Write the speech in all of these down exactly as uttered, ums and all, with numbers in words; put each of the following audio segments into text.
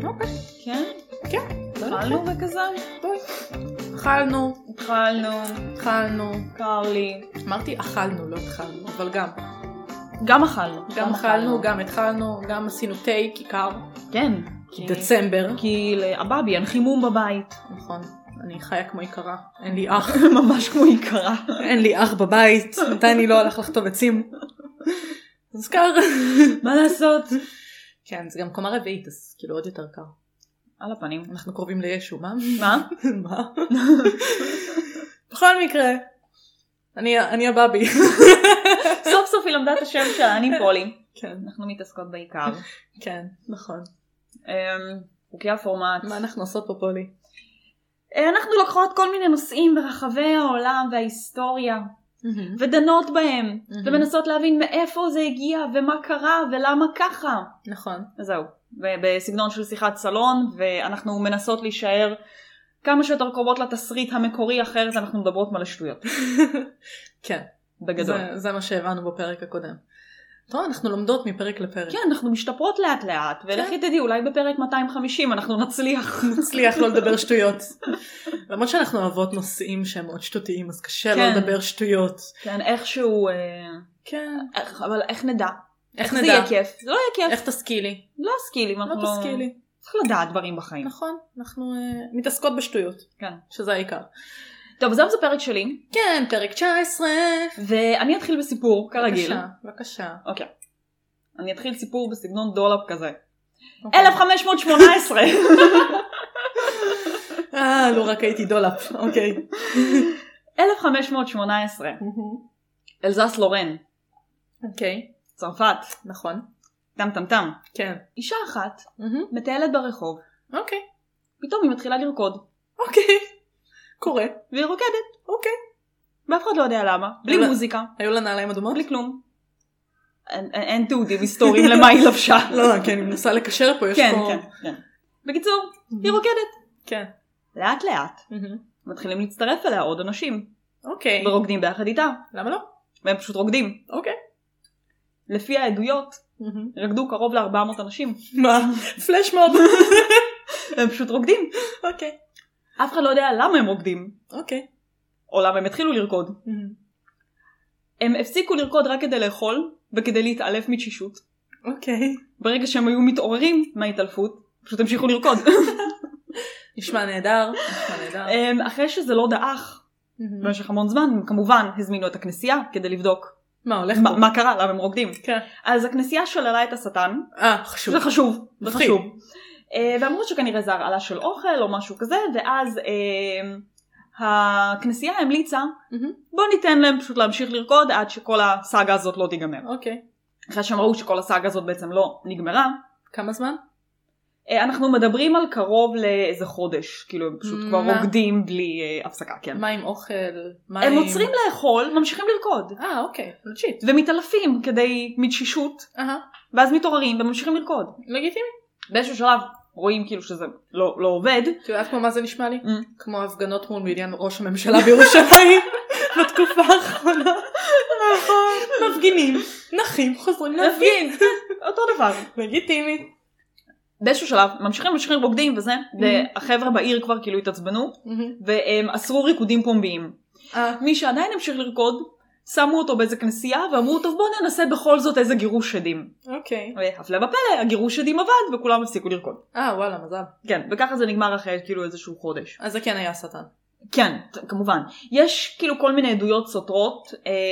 אוקיי. כן? כן. אכלנו וכזה? בואי. אכלנו. אכלנו. אכלנו. קר לי. אמרתי אכלנו, לא התחלנו, אבל גם. גם אכלנו. גם אכלנו, גם התחלנו, גם עשינו תה, כיכר. כן. דצמבר. כי לאבאבי, אין חימום בבית. נכון. אני חיה כמו יקרה. אין לי אח. ממש כמו יקרה. אין לי אח בבית. מתי אני לא הולך לכתוב עצים. אז קר. מה לעשות? כן, זה גם קומה רביעית, אז כאילו עוד יותר קר. על הפנים. אנחנו קרובים לישו, מה? מה? מה? בכל מקרה, אני, אני הבאבי. סוף סוף היא למדה את השם שלה, אני פולי. כן. אנחנו מתעסקות בעיקר. כן, נכון. חוקי הפורמט. מה אנחנו עושות פה, פולי? אנחנו לוקחות כל מיני נושאים ברחבי העולם וההיסטוריה, ודנות בהם, ומנסות להבין מאיפה זה הגיע, ומה קרה, ולמה ככה. נכון. זהו. בסגנון של שיחת סלון, ואנחנו מנסות להישאר כמה שיותר קרובות לתסריט המקורי, אחרת אנחנו מדברות מלא שטויות. כן. בגדול. זה, זה מה שהבנו בפרק הקודם. טוב, אנחנו לומדות מפרק לפרק. כן, אנחנו משתפרות לאט לאט, ולכי תדעי, אולי בפרק מאתיים וחמישים אנחנו נצליח. נצליח לא לדבר שטויות. למרות שאנחנו אוהבות נושאים שהם מאוד שטותיים, אז קשה לא לדבר שטויות. כן, איכשהו... כן. אבל איך נדע? איך נדע? זה יהיה כיף. זה לא יהיה כיף. איך תשכילי? לא אשכילי. לא תשכילי. צריך לדעת דברים בחיים. נכון, אנחנו מתעסקות בשטויות. כן. שזה העיקר. טוב, אז זה פרק שלי. כן, פרק תשע עשרה. ואני אתחיל בסיפור, כרגיל. בבקשה, בבקשה. אוקיי. אני אתחיל סיפור בסגנון דולאפ כזה. אלף חמש מאות שמונה עשרה. אה, לא רק הייתי דולאפ. אוקיי. אלף חמש מאות שמונה עשרה. אלזס לורן. אוקיי. צרפת. נכון. טם טם טם. כן. אישה אחת מטיילת ברחוב. אוקיי. פתאום היא מתחילה לרקוד. אוקיי. קורה. והיא רוקדת. אוקיי. ואף אחד לא יודע למה. בלי מוזיקה. היו לה נעליים אדומות? בלי כלום. אין תיעודים היסטוריים למה היא לבשה. לא, כן, היא מנסה לקשר פה, יש פה... כן, כן. בקיצור, היא רוקדת. כן. לאט לאט. מתחילים להצטרף אליה עוד אנשים. אוקיי. ורוקדים ביחד איתה. למה לא? והם פשוט רוקדים. אוקיי. לפי העדויות, רקדו קרוב ל-ארבע מאות אנשים. מה? פלש מוב. הם פשוט רוקדים. אוקיי. אף אחד לא יודע למה הם רוקדים. אוקיי. או למה הם התחילו לרקוד. הם הפסיקו לרקוד רק כדי לאכול, וכדי להתעלף מתשישות. אוקיי. ברגע שהם היו מתעוררים מההתעלפות, פשוט המשיכו לרקוד. נשמע נהדר. נשמע נהדר. אחרי שזה לא דאח, במשך המון זמן, הם כמובן הזמינו את הכנסייה כדי לבדוק. מה הולך מה, פה? מה קרה? למה הם רוקדים? כן. אז הכנסייה שללה את השטן. אה, חשוב. זה חשוב. זה מפחיד. חשוב. ואמרו שכנראה זה הרעלה של אוכל או משהו כזה, ואז הכנסייה המליצה, בוא ניתן להם פשוט להמשיך לרקוד עד שכל הסאגה הזאת לא תיגמר. אוקיי. אחרי שהם ראו שכל הסאגה הזאת בעצם לא נגמרה. כמה זמן? אנחנו מדברים על קרוב לאיזה חודש, כאילו הם פשוט כבר רוקדים בלי הפסקה, כן. מה עם אוכל? הם עוצרים לאכול, ממשיכים לרקוד. אה, אוקיי, לג'יט. ומתעלפים כדי מתשישות, ואז מתעוררים וממשיכים לרקוד. לגיטימי. באיזשהו שלב רואים כאילו שזה לא, לא עובד. אתה יודעת כמו מה זה נשמע לי? כמו הפגנות מול בניין ראש הממשלה בירושלים בתקופה האחרונה. נכון. מפגינים, נחים, חוזרים להפגין. אותו דבר. לגיטימי. באיזשהו שלב ממשיכים ממשיכים רוקדים וזה, והחבר'ה בעיר כבר כאילו התעצבנו, והם אסרו ריקודים פומביים. מי שעדיין המשיך לרקוד, שמו אותו באיזה כנסייה, ואמרו, טוב בוא ננסה בכל זאת איזה גירוש שדים. אוקיי. והפלא ופלא, הגירוש שדים עבד, וכולם הפסיקו לרקוד. אה, וואלה, מזל. כן, וככה זה נגמר אחרי כאילו איזשהו חודש. אז זה כן היה שטן. כן, כמובן. יש כאילו כל מיני עדויות סותרות,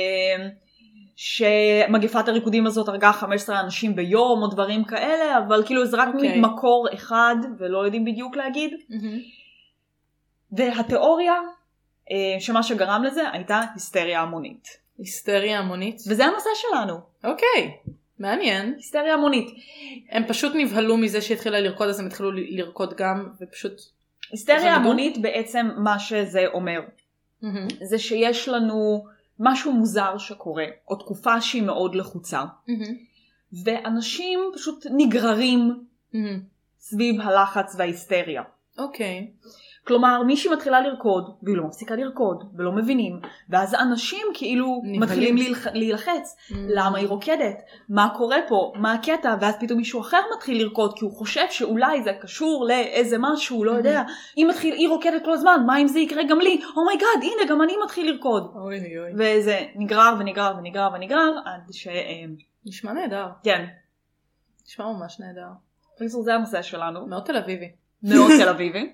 שמגפת הריקודים הזאת הרגה חמישה עשר אנשים ביום או דברים כאלה, אבל כאילו זה רק okay. מקור אחד ולא יודעים בדיוק להגיד. Mm-hmm. והתיאוריה שמה שגרם לזה הייתה היסטריה המונית. היסטריה המונית? וזה הנושא שלנו. אוקיי, okay. מעניין. היסטריה המונית. הם פשוט נבהלו מזה שהתחילה לרקוד, אז הם התחילו לרקוד גם ופשוט... היסטריה המונית בעצם מה שזה אומר. Mm-hmm. זה שיש לנו... משהו מוזר שקורה, או תקופה שהיא מאוד לחוצה, mm-hmm. ואנשים פשוט נגררים mm-hmm. סביב הלחץ וההיסטריה. אוקיי. Okay. כלומר, מישהי מתחילה לרקוד, והיא לא מפסיקה לרקוד, ולא מבינים, ואז אנשים כאילו נבלים. מתחילים להילח... להילחץ, mm. למה היא רוקדת, מה קורה פה, מה הקטע, ואז פתאום מישהו אחר מתחיל לרקוד, כי הוא חושב שאולי זה קשור לאיזה משהו, לא יודע, mm-hmm. היא, מתחיל, היא רוקדת כל הזמן, מה אם זה יקרה גם לי, אומייגאד, oh הנה, גם אני מתחיל לרקוד. אוי אוי. וזה נגרר ונגרר ונגרר ונגרר, עד ש... נשמע נהדר. כן. נשמע ממש נהדר. פריסור, זה הנושא שלנו. מאוד תל אביבי. מאוד תל אביבי.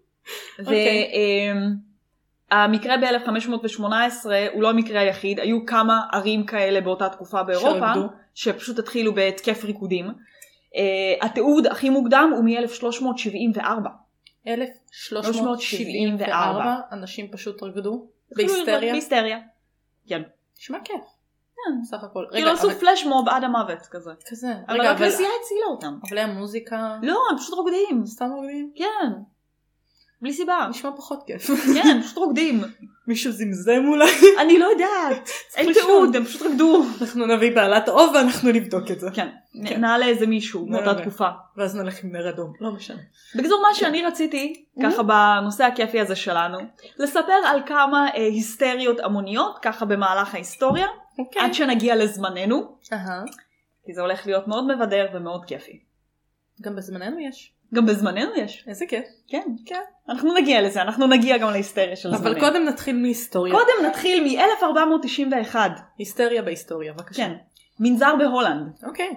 והמקרה ב-אלף חמש מאות שמונה עשרה הוא לא המקרה היחיד, היו כמה ערים כאלה באותה תקופה באירופה, שפשוט התחילו בהתקף ריקודים. התיעוד הכי מוקדם הוא מ-אלף שלוש מאות שבעים וארבע. אלף שלוש מאות שבעים וארבע אנשים פשוט רקדו? בהיסטריה? בהיסטריה, כן. נשמע כיף. סך הכל. כאילו עשו פלש מוב עד המוות כזה. כזה. אבל הכנסייה הצילה אותם. אבל המוזיקה... לא, הם פשוט רוקדים. סתם רוקדים? כן. בלי סיבה. נשמע פחות כיף. כן, פשוט רוקדים. מישהו זמזם אולי? אני לא יודעת. אין תיעוד, הם פשוט רקדו. אנחנו נביא בעלת אוב ואנחנו נבדוק את זה. כן. נעלה איזה מישהו מאותה תקופה. ואז נלך עם נר אדום. לא משנה. בגזור מה שאני רציתי, ככה בנושא הכיפי הזה שלנו, לספר על כמה היסטריות המוניות, ככה במהלך ההיסטוריה, עד שנגיע לזמננו. כי זה הולך להיות מאוד מבדר ומאוד כיפי. גם בזמננו יש. גם בזמננו יש. איזה כיף. כן, כן. אנחנו נגיע לזה, אנחנו נגיע גם להיסטריה של זמננו. אבל קודם נתחיל מהיסטוריה. קודם נתחיל מ-אלף ארבע מאות תשעים ואחת. היסטריה בהיסטוריה, בבקשה. כן. מנזר בהולנד. אוקיי.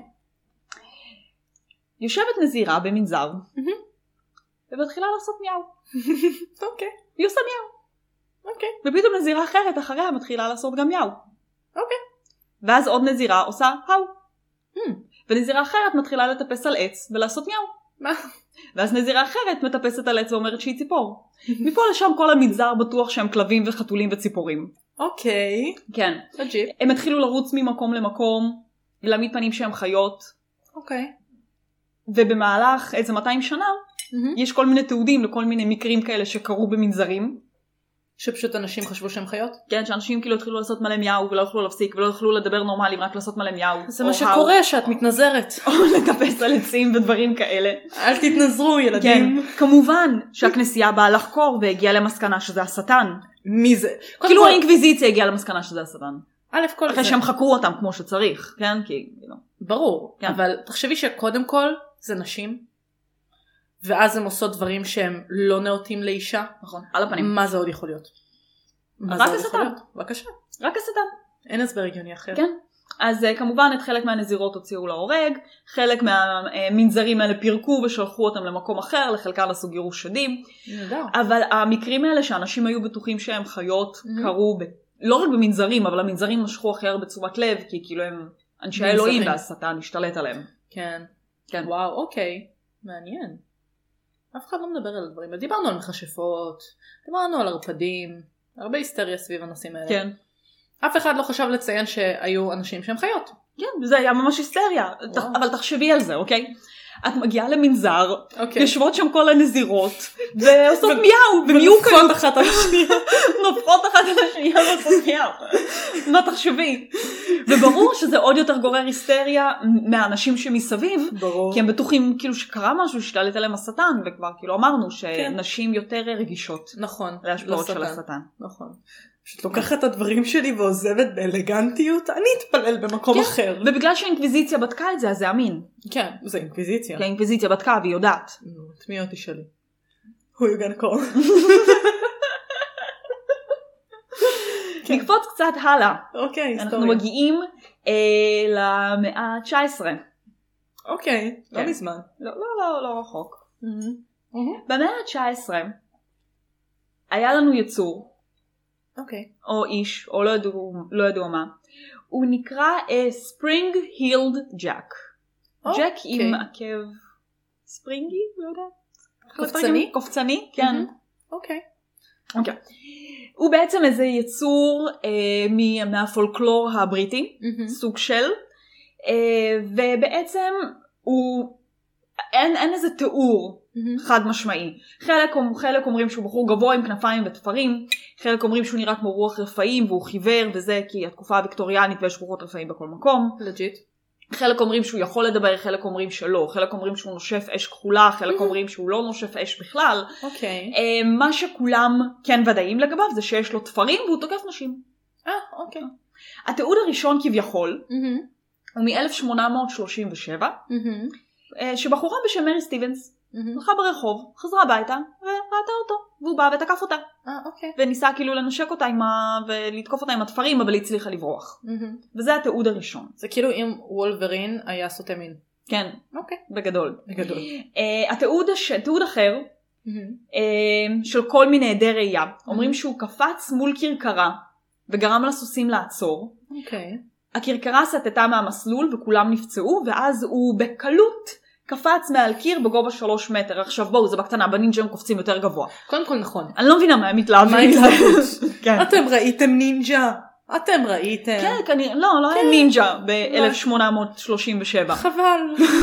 יושבת נזירה במנזר, ומתחילה לעשות מיהו. אוקיי. היא עושה מיהו. אוקיי. ופתאום נזירה אחרת אחריה מתחילה לעשות גם מיהו. אוקיי. ואז עוד נזירה עושה האו. ונזירה אחרת מתחילה לטפס על עץ ולעשות מיהו. מה? ואז נזירה אחרת מטפסת על עץ ואומרת שהיא ציפור. מפה לשם כל המנזר בטוח שהם כלבים וחתולים וציפורים. אוקיי. כן. עג'יב. הם התחילו לרוץ ממקום למקום, ולהעמיד פנים שהם חיות. אוקיי. ובמהלך איזה מאתיים שנה, יש כל מיני תיעודים לכל מיני מקרים כאלה שקרו במנזרים. שפשוט אנשים חשבו שהם חיות? כן, שאנשים כאילו התחילו לעשות מלא מיהו ולא יכלו להפסיק ולא יכלו לדבר נורמלי רק לעשות מלא מיהו. זה מה שקורה שאת מתנזרת. או לטפס על עצים ודברים כאלה. אל תתנזרו ילדים. כן, כמובן שהכנסייה באה לחקור והגיעה למסקנה שזה השטן. מי זה? כאילו האינקוויזיציה הגיעה למסקנה שזה השטן. א' כל זה. אחרי שהם חקרו אותם כמו שצריך, כן? כי, ברור, אבל תחשבי שקודם כל זה נשים. ואז הם עושות דברים שהם לא נאותים לאישה. נכון, על הפנים. מה זה עוד יכול להיות? רק השטן. בבקשה. רק השטן. אין הסבר הגיוני אחר. כן. אז כמובן את חלק מהנזירות הוציאו להורג, חלק מהמנזרים האלה פירקו ושלחו אותם למקום אחר, לחלקם עשו גירוש שדים. נהדר. אבל המקרים האלה שאנשים היו בטוחים שהם חיות קרו ב... לא רק במנזרים, אבל המנזרים משכו הכי הרבה תשומת לב, כי כאילו הם אנשי אלוהים והשטן השתלט עליהם. כן. כן. וואו, אוקיי. מעניין. אף אחד לא מדבר על הדברים. דיברנו על מכשפות, דיברנו על ערפדים, הרבה היסטריה סביב הנושאים האלה. כן. אף אחד לא חשב לציין שהיו אנשים שהם חיות. כן, זה היה ממש היסטריה. אבל תחשבי על זה, אוקיי? את מגיעה למנזר, יושבות שם כל הנזירות, ועושות מיהו, ומיהו ונופחות אחת על השנייה. נופחות אחת על השנייה ועושות מיהו. מה תחשבי? וברור שזה עוד יותר גורר היסטריה מהאנשים שמסביב, כי הם בטוחים כאילו שקרה משהו שתעלת עליהם השטן, וכבר כאילו אמרנו שנשים יותר רגישות. נכון. להשפעות של השטן. נכון. פשוט לוקחת את הדברים שלי ועוזבת באלגנטיות, אני אתפלל במקום כן, אחר. ובגלל שהאינקוויזיציה בדקה את זה, אז זה אמין. כן, זה אינקוויזיציה. כי האינקוויזיציה בדקה והיא יודעת. את מי אותי שלי? Who you gonna call? נקפוץ קצת הלאה. אוקיי, היסטוריה. אנחנו מגיעים אה, למאה ה-תשע עשרה. אוקיי, לא מזמן. לא, לא, לא, לא רחוק. במאה ה-תשע עשרה היה לנו יצור. אוקיי. או איש, או לא ידעו, לא ידעו מה. הוא נקרא ספרינג הילד ג'ק. ג'ק עם עקב ספרינגי, לא יודעת. קופצני? קופצני, כן. אוקיי. אוקיי. הוא בעצם איזה יצור אה, מהפולקלור הבריטי, mm-hmm. סוג של, אה, ובעצם הוא, אין, אין איזה תיאור mm-hmm. חד משמעי. חלק, חלק אומרים שהוא בחור גבוה עם כנפיים ותפרים, חלק אומרים שהוא נראה כמו רוח רפאים והוא חיוור וזה כי התקופה הוויקטוריאנית ויש רוחות רפאים בכל מקום. לג'יט. חלק אומרים שהוא יכול לדבר, חלק אומרים שלא, חלק אומרים שהוא נושף אש כחולה, חלק אומרים שהוא לא נושף אש בכלל. אוקיי. מה שכולם כן ודאים לגביו זה שיש לו תפרים והוא תוקף נשים. אה, אוקיי. התיעוד הראשון כביכול הוא מ-אלף שמונה מאות שלושים ושבע, שבחורה בשם מרי סטיבנס הלכה ברחוב, חזרה הביתה וראתה אותו, והוא בא ותקף אותה. אה, אוקיי. וניסה כאילו לנשק אותה עם ה... ולתקוף אותה עם התפרים, אבל היא הצליחה לברוח. וזה התיעוד הראשון. זה כאילו אם וולברין היה סוטה מין. כן. אוקיי. בגדול. בגדול. התיעוד תיעוד אחר, של כל מיני עדי ראייה, אומרים שהוא קפץ מול כרכרה, וגרם לסוסים לעצור. אוקיי. הכרכרה סטתה מהמסלול וכולם נפצעו, ואז הוא בקלות קפץ מעל קיר בגובה שלוש מטר. עכשיו בואו, זה בקטנה, בנינג'ה הם קופצים יותר גבוה. קודם כל נכון. אני לא מבינה מה הם מתלהבים. מה התלהבות? אתם ראיתם נינג'ה? אתם ראיתם? כן, כנראה, לא, לא היה נינג'ה ב-אלף שמונה מאות שלושים ושבע. חבל.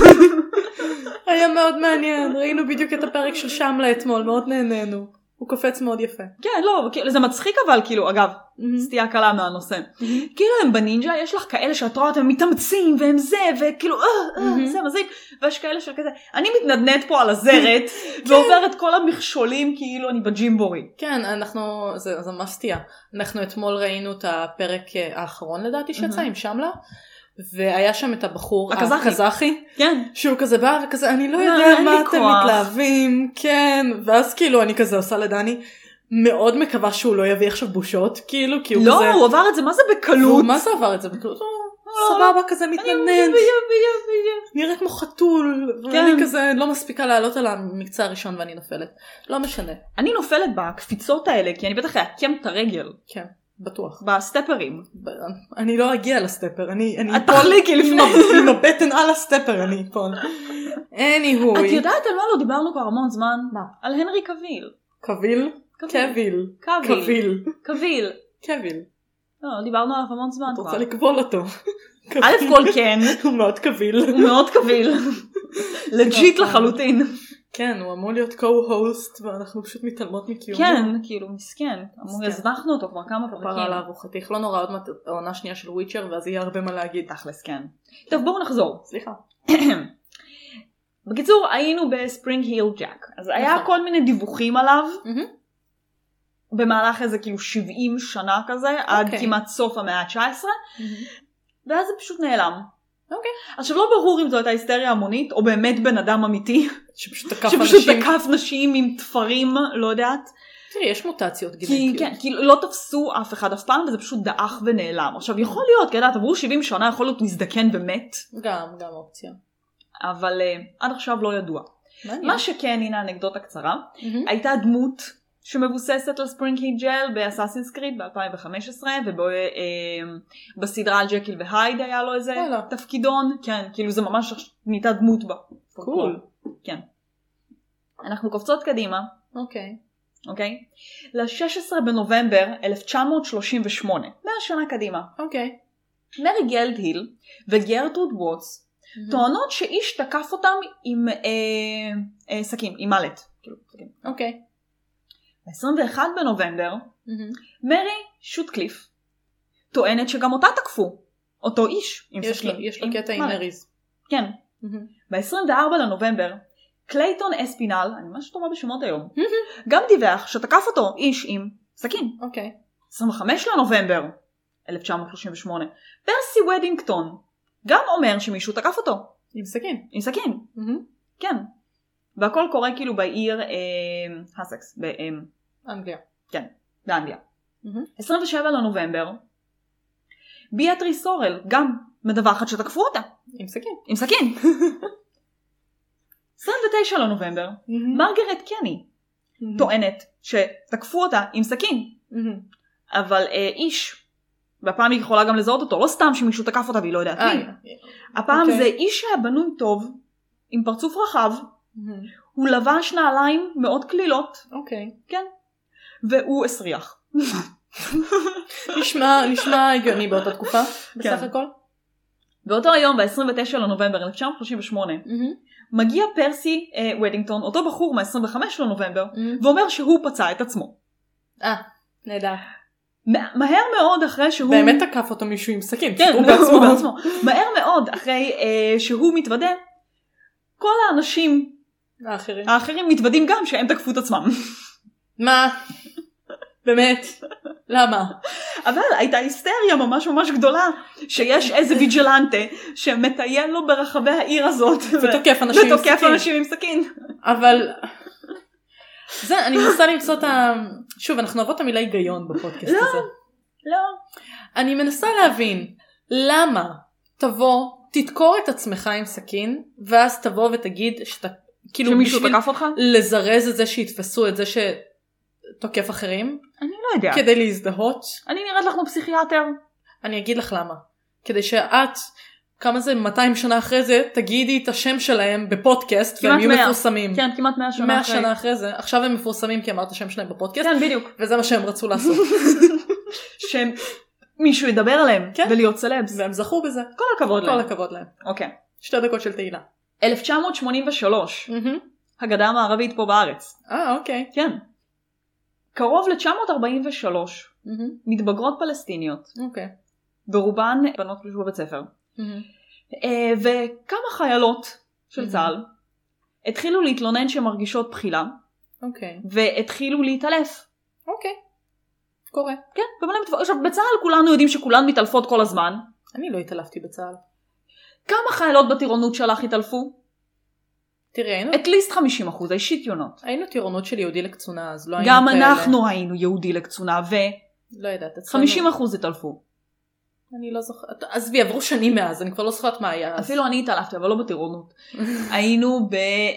היה מאוד מעניין, ראינו בדיוק את הפרק של שמלה אתמול, מאוד נהנינו. הוא קופץ מאוד יפה. כן, לא, זה מצחיק אבל, כאילו, אגב, סטייה קלה מהנושא. כאילו הם בנינג'ה, יש לך כאלה שאת רואה, הם מתאמצים, והם זה, וכאילו, זה מזיק, ויש כאלה של כזה, אני מתנדנת פה על הזרת, ועוברת כל המכשולים, כאילו אני בג'ימבורי. כן, אנחנו, זה ממש סטייה. אנחנו אתמול ראינו את הפרק האחרון, לדעתי, שיצא עם שמלה, והיה שם את הבחור הקזחי, שהוא כזה בא וכזה, אני לא יודע מה אתם מתלהבים, כן, ואז כאילו אני כזה עושה לדני, מאוד מקווה שהוא לא יביא עכשיו בושות, כאילו, כי הוא כזה... לא, הוא עבר את זה, מה זה בקלות? מה זה עבר את זה בקלות? סבבה, כזה מתננן, נראה כמו חתול, ואני כזה לא מספיקה לעלות על המקצה הראשון ואני נופלת, לא משנה. אני נופלת בקפיצות האלה, כי אני בטח אעקם את הרגל. כן. בטוח. בסטפרים. אני לא אגיע לסטפר, אני את תחליקי לפני. עם הבטן על הסטפר אני פה. anyway. את יודעת על מה לא דיברנו כבר המון זמן? מה? על הנרי קוויל. קוויל? קוויל. קוויל. קוויל. קוויל. לא, דיברנו עליו המון זמן כבר. את רוצה לקבול אותו. א' כל כן. הוא מאוד קוויל. הוא מאוד קוויל. לג'יט לחלוטין. כן, הוא אמור להיות co-host, ואנחנו פשוט מתעלמות מקיומו. כן, כאילו, מסכן. הזנחנו אותו כבר כמה פרקים. כפרה עליו, הוא חתיך לא נורא, עוד מעט העונה שנייה של וויצ'ר, ואז יהיה הרבה מה להגיד. תכלס, כן. טוב, בואו נחזור. סליחה. בקיצור, היינו בספרינג היל ג'ק. אז היה כל מיני דיווחים עליו, במהלך איזה כאילו שבעים שנה כזה, עד כמעט סוף המאה ה-תשע עשרה, ואז זה פשוט נעלם. אוקיי. עכשיו לא ברור אם זו הייתה היסטריה המונית, או באמת בן אדם אמיתי, שפשוט תקף שפשוט אנשים. תקף נשים עם תפרים, לא יודעת. תראי, יש מוטציות כי, גנטיות. כן, כי לא תפסו אף אחד אף פעם, וזה פשוט דאח ונעלם. עכשיו יכול להיות, כי יודעת, עברו שבעים שנה, יכול להיות מזדקן ומת. גם, גם אופציה. אבל uh, עד עכשיו לא ידוע. מעניין. מה שכן, הנה אנקדוטה קצרה, mm-hmm. הייתה דמות שמבוססת על ספרינג היל ג'ל באסאסינס קריד ב-אלפיים וחמש עשרה, ובסדרה על ג'קיל והייד היה לו איזה וואלה. תפקידון, כן, כאילו זה ממש נהייתה דמות בה. קול. כן. אנחנו קופצות קדימה. אוקיי. אוקיי? ל-שישה עשר בנובמבר אלף תשע מאות שלושים ושמונה, מאה שנה קדימה. אוקיי. מרי גלדהיל וגרטרוד ווטס mm-hmm. טוענות שאיש תקף אותם עם אה, אה, סכין, עם מלט. כאילו, סכין. אוקיי. ב-עשרים ואחד בנובמבר, mm-hmm. מרי שוטקליף טוענת שגם אותה תקפו, אותו איש עם יש סכין. לו, יש לו קטע עם מריז. כן. Mm-hmm. ב-עשרים וארבעה לנובמבר, קלייטון אספינל, אני ממש טובה בשמות היום, mm-hmm. גם דיווח שתקף אותו איש עם סכין. אוקיי. עשרים וחמישה לנובמבר אלף תשע מאות שלושים ושמונה, פרסי ודינגטון גם אומר שמישהו תקף אותו. עם סכין. עם סכין. Mm-hmm. כן. והכל קורה כאילו בעיר אה, הסקס. באנגליה. כן, באנגליה. Mm-hmm. עשרים ושבעה לנובמבר, ביאטריס סורל גם מדווחת שתקפו אותה. עם סכין. עם סכין. עשרים ותשעה לנובמבר, mm-hmm. מרגרט קני mm-hmm. טוענת שתקפו אותה עם סכין. Mm-hmm. אבל אה, איש, והפעם היא יכולה גם לזהות אותו, לא סתם שמישהו תקף אותה והיא לא יודעת מי. הפעם okay. זה איש שהיה בנוי טוב, עם פרצוף רחב, mm-hmm. הוא לבש נעליים מאוד כלילות. אוקיי. Okay. כן. והוא הסריח. נשמע, נשמע הגיוני באותה תקופה, בסך כן. הכל. באותו היום, ב-עשרים ותשעה לנובמבר אלף תשע מאות שלושים ושמונה, mm-hmm. מגיע פרסי אה, ודינגטון, אותו בחור מה-עשרים וחמישה לנובמבר, mm-hmm. ואומר שהוא פצע את עצמו. אה, נהדר. מהר מאוד אחרי שהוא... באמת תקף אותו מישהו עם סכין. כן, הוא בעצמו. בעצמו. מהר מאוד אחרי אה, שהוא מתוודה, כל האנשים האחרים. האחרים מתוודים גם שהם תקפו את עצמם. מה? באמת? למה? אבל הייתה היסטריה ממש ממש גדולה, שיש איזה ויג'לנטה שמטייל לו ברחבי העיר הזאת. ותוקף אנשים עם סכין. ותוקף אנשים עם סכין. אבל... זה, אני מנסה למצוא את ה... שוב, אנחנו אוהבות את המילה היגיון בפודקאסט לא, הזה. לא. אני מנסה להבין, למה תבוא, תדקור את עצמך עם סכין, ואז תבוא ותגיד שאתה... כאילו שמישהו תקף אותך? לזרז את זה שיתפסו את זה שתוקף אחרים. אני לא יודע. כדי להזדהות. אני נראית לך כמו פסיכיאטר. אני אגיד לך למה. כדי שאת, כמה זה מאתיים שנה אחרי זה, תגידי את השם שלהם בפודקאסט, והם יהיו מפורסמים. כן, כמעט מאה שנה אחרי. מאה שנה אחרי זה. עכשיו הם מפורסמים כי אמרת השם שלהם בפודקאסט. כן, בדיוק. וזה מה שהם רצו לעשות. שמישהו ידבר עליהם, כן. ולהיות סלבס. והם זכו בזה. כל הכבוד להם. כל הכבוד להם. אוקיי. שתי דקות של תהילה. אלף תשע מאות שמונים ושלוש. הגדה המערבית פה בארץ. אה, אוקיי. כן. קרוב ל-תשע מאות ארבעים ושלוש מתבגרות פלסטיניות. אוקיי. ברובן בנות פלשו בבית ספר. וכמה חיילות של צה"ל התחילו להתלונן שמרגישות בחילה. אוקיי. והתחילו להתעלף. אוקיי. קורה. כן, עכשיו בצה"ל כולנו יודעים שכולן מתעלפות כל הזמן. אני לא התעלפתי בצה"ל. כמה חיילות בטירונות שלך התעלפו? תראי, היינו... at least חמישים אחוז, I shit you not. היינו טירונות של יהודי לקצונה, אז לא היינו גם כאלה. גם אנחנו היינו יהודי לקצונה, ו... לא יודעת. אצלנו... חמישים אחוז התעלפו. אני לא זוכרת. אז בי, עברו שנים מאז, אני כבר לא זוכרת מה היה. אפילו אני התעלפתי, אבל לא בטירונות. היינו ב...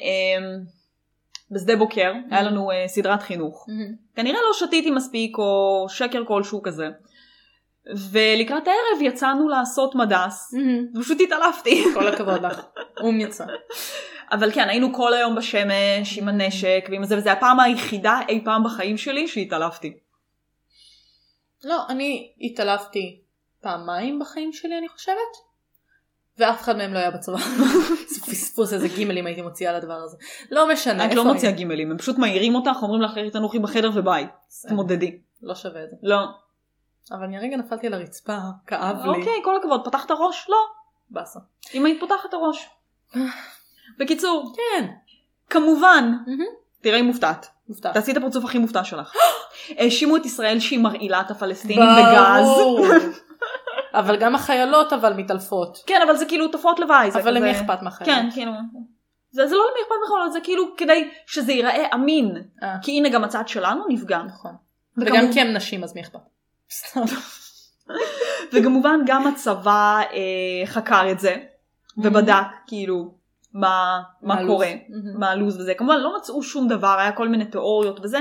בשדה בוקר, היה לנו סדרת חינוך. כנראה לא שתיתי מספיק, או שקר כלשהו כזה. ולקראת הערב יצאנו לעשות מדס, ופשוט התעלפתי. כל הכבוד לך. אום יצא. אבל כן, היינו כל היום בשמש, עם הנשק, ועם זה, וזה הפעם היחידה אי פעם בחיים שלי שהתעלפתי. לא, אני התעלפתי פעמיים בחיים שלי, אני חושבת. ואף אחד מהם לא היה בצבא. זה פספוס, איזה גימלים הייתי מוציאה לדבר הזה. לא משנה. את לא מוציאה גימלים, הם פשוט מהירים אותך, אומרים לך, תנוחי בחדר וביי. תמודדי. לא שווה את זה. לא. אבל אני הרגע נפלתי על הרצפה, כאב לי. אוקיי, כל הכבוד, פתחת הראש? לא. בסה. אם היית פותחת הראש. בקיצור. כן. כמובן, תראי מופתעת. מופתעת. תעשי את הפרצוף הכי מופתע שלך. האשימו את ישראל שהיא מרעילה את הפלסטינים בגז. אבל גם החיילות אבל מתעלפות. כן, אבל זה כאילו תופעות לוואי. אבל למי אכפת מהחיילות? כן, כאילו. זה לא למי אכפת מהחיילות, זה כאילו כדי שזה ייראה אמין. כי הנה גם הצד שלנו נפגע. נכון. וגם כי הם נשים אז מי אכפת. וכמובן גם הצבא חקר את זה. ובדק כאילו מה קורה. מה הלוז וזה. כמובן לא מצאו שום דבר, היה כל מיני תיאוריות וזה.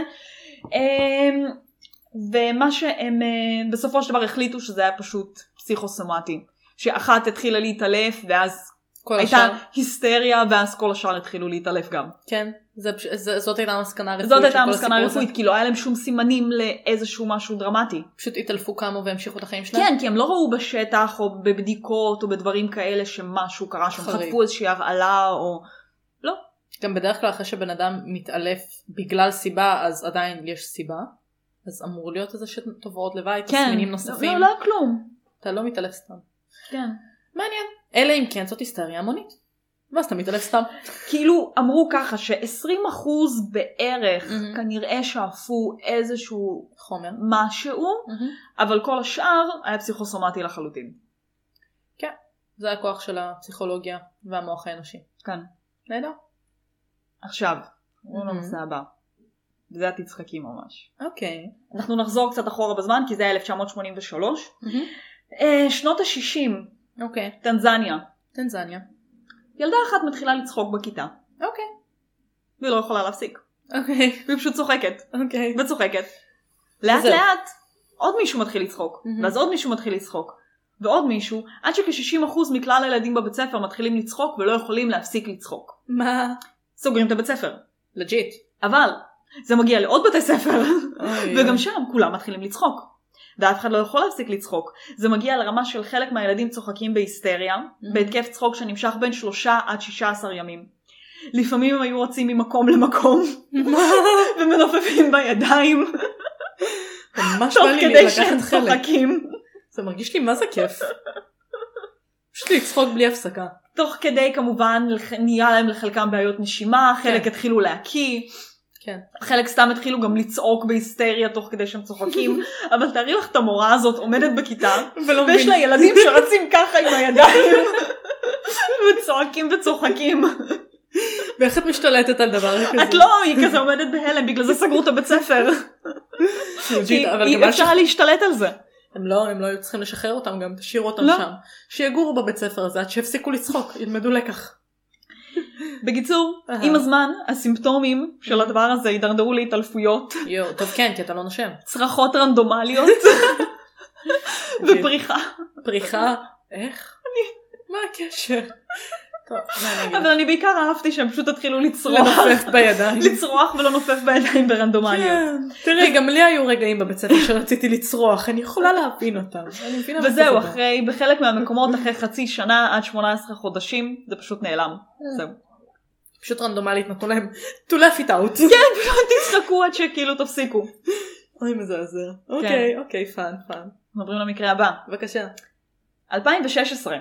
ומה שהם בסופו של דבר החליטו שזה היה פשוט פסיכוסומטי. שאחת התחילה להתעלף ואז הייתה השאר. היסטריה ואז כל השאר התחילו להתעלף גם. כן, זה, זה, זאת הייתה המסקנה הרפואית. זאת הייתה המסקנה הרפואית, כי לא היה להם שום סימנים לאיזשהו משהו דרמטי. פשוט התעלפו כמה והמשיכו את החיים שלהם? כן, כי הם לא ראו בשטח או בבדיקות או בדברים כאלה שמשהו קרה, שהם חטפו איזושהי הרעלה או... לא. גם בדרך כלל אחרי שבן אדם מתעלף בגלל סיבה, אז עדיין יש סיבה. אז אמור להיות איזה שתופעות לוואי, כן. תסמינים נוספים. לא, לא כלום. אתה לא מתעלף סתם. כן. מעניין. אלא אם כן זאת היסטריה המונית. ואז אתה מתעלף סתם. כאילו אמרו ככה ש-עשרים אחוז בערך mm-hmm. כנראה שאפו איזשהו חומר. משהו, mm-hmm. אבל כל השאר היה פסיכוסומטי לחלוטין. כן. זה הכוח של הפסיכולוגיה והמוח האנושי. כן. נהדר. עכשיו, בואו ננסה הבא. וזה התצחקי ממש. אוקיי. אנחנו נחזור קצת אחורה בזמן, כי זה היה אלף תשע מאות שמונים ושלוש. Mm-hmm. שנות ה-שישים. אוקיי. טנזניה. טנזניה. ילדה אחת מתחילה לצחוק בכיתה. אוקיי. והיא לא יכולה להפסיק. אוקיי. והיא פשוט צוחקת. אוקיי. וצוחקת. לאט לאט עוד מישהו מתחיל לצחוק. ואז עוד מישהו מתחיל לצחוק. ועוד מישהו, עד שכ-שישים אחוז מכלל הילדים בבית ספר מתחילים לצחוק ולא יכולים להפסיק לצחוק. מה? סוגרים את הבית ספר. לג'יט. אבל זה מגיע לעוד בתי ספר. וגם שם כולם מתחילים לצחוק. ואף אחד לא יכול להפסיק לצחוק. זה מגיע לרמה של חלק מהילדים צוחקים בהיסטריה, mm-hmm. בהתקף צחוק שנמשך בין שלושה עד שישה עשר ימים. לפעמים הם היו רצים ממקום למקום, ומנופפים בידיים. ממש בא לי לקחת חלק. זה מרגיש לי מה זה כיף. פשוט לצחוק בלי הפסקה. תוך כדי כמובן נהיה להם לחלקם בעיות נשימה, חלק התחילו להקיא. כן. חלק סתם התחילו גם לצעוק בהיסטריה תוך כדי שהם צוחקים, אבל תארי לך את המורה הזאת עומדת בכיתה, ויש לה ילדים שרצים ככה עם הידיים, וצועקים וצוחקים. ואיך את משתלטת על דבר כזה? את לא, היא כזה עומדת בהלם, בגלל זה סגרו את הבית ספר. אי אפשר להשתלט על זה. הם לא, הם לא היו צריכים לשחרר אותם, גם תשאירו אותם שם. שיגורו בבית ספר הזה, עד שהפסיקו לצחוק, ילמדו לקח. בקיצור, עם הזמן, הסימפטומים של הדבר הזה הידרדרו להתעלפויות. יו, טוב כן, כי אתה לא נושם. צרחות רנדומליות. ופריחה. פריחה? איך? מה הקשר? אבל אני בעיקר אהבתי שהם פשוט התחילו לצרוח. לנופף בידיים. לצרוח ולא נופף בידיים ברנדומליות. תראי, גם לי היו רגעים בבית ספר שרציתי לצרוח, אני יכולה להבין אותם. וזהו, אחרי, בחלק מהמקומות, אחרי חצי שנה עד שמונה עשרה חודשים, זה פשוט נעלם. זהו. פשוט רנדומלית נתנו להם to laugh it out. כן, פשוט תצחקו עד שכאילו תפסיקו. אוי מזעזע. אוקיי, אוקיי, פאן, פאן. עוברים למקרה הבא. בבקשה. אלפיים ושש עשרה.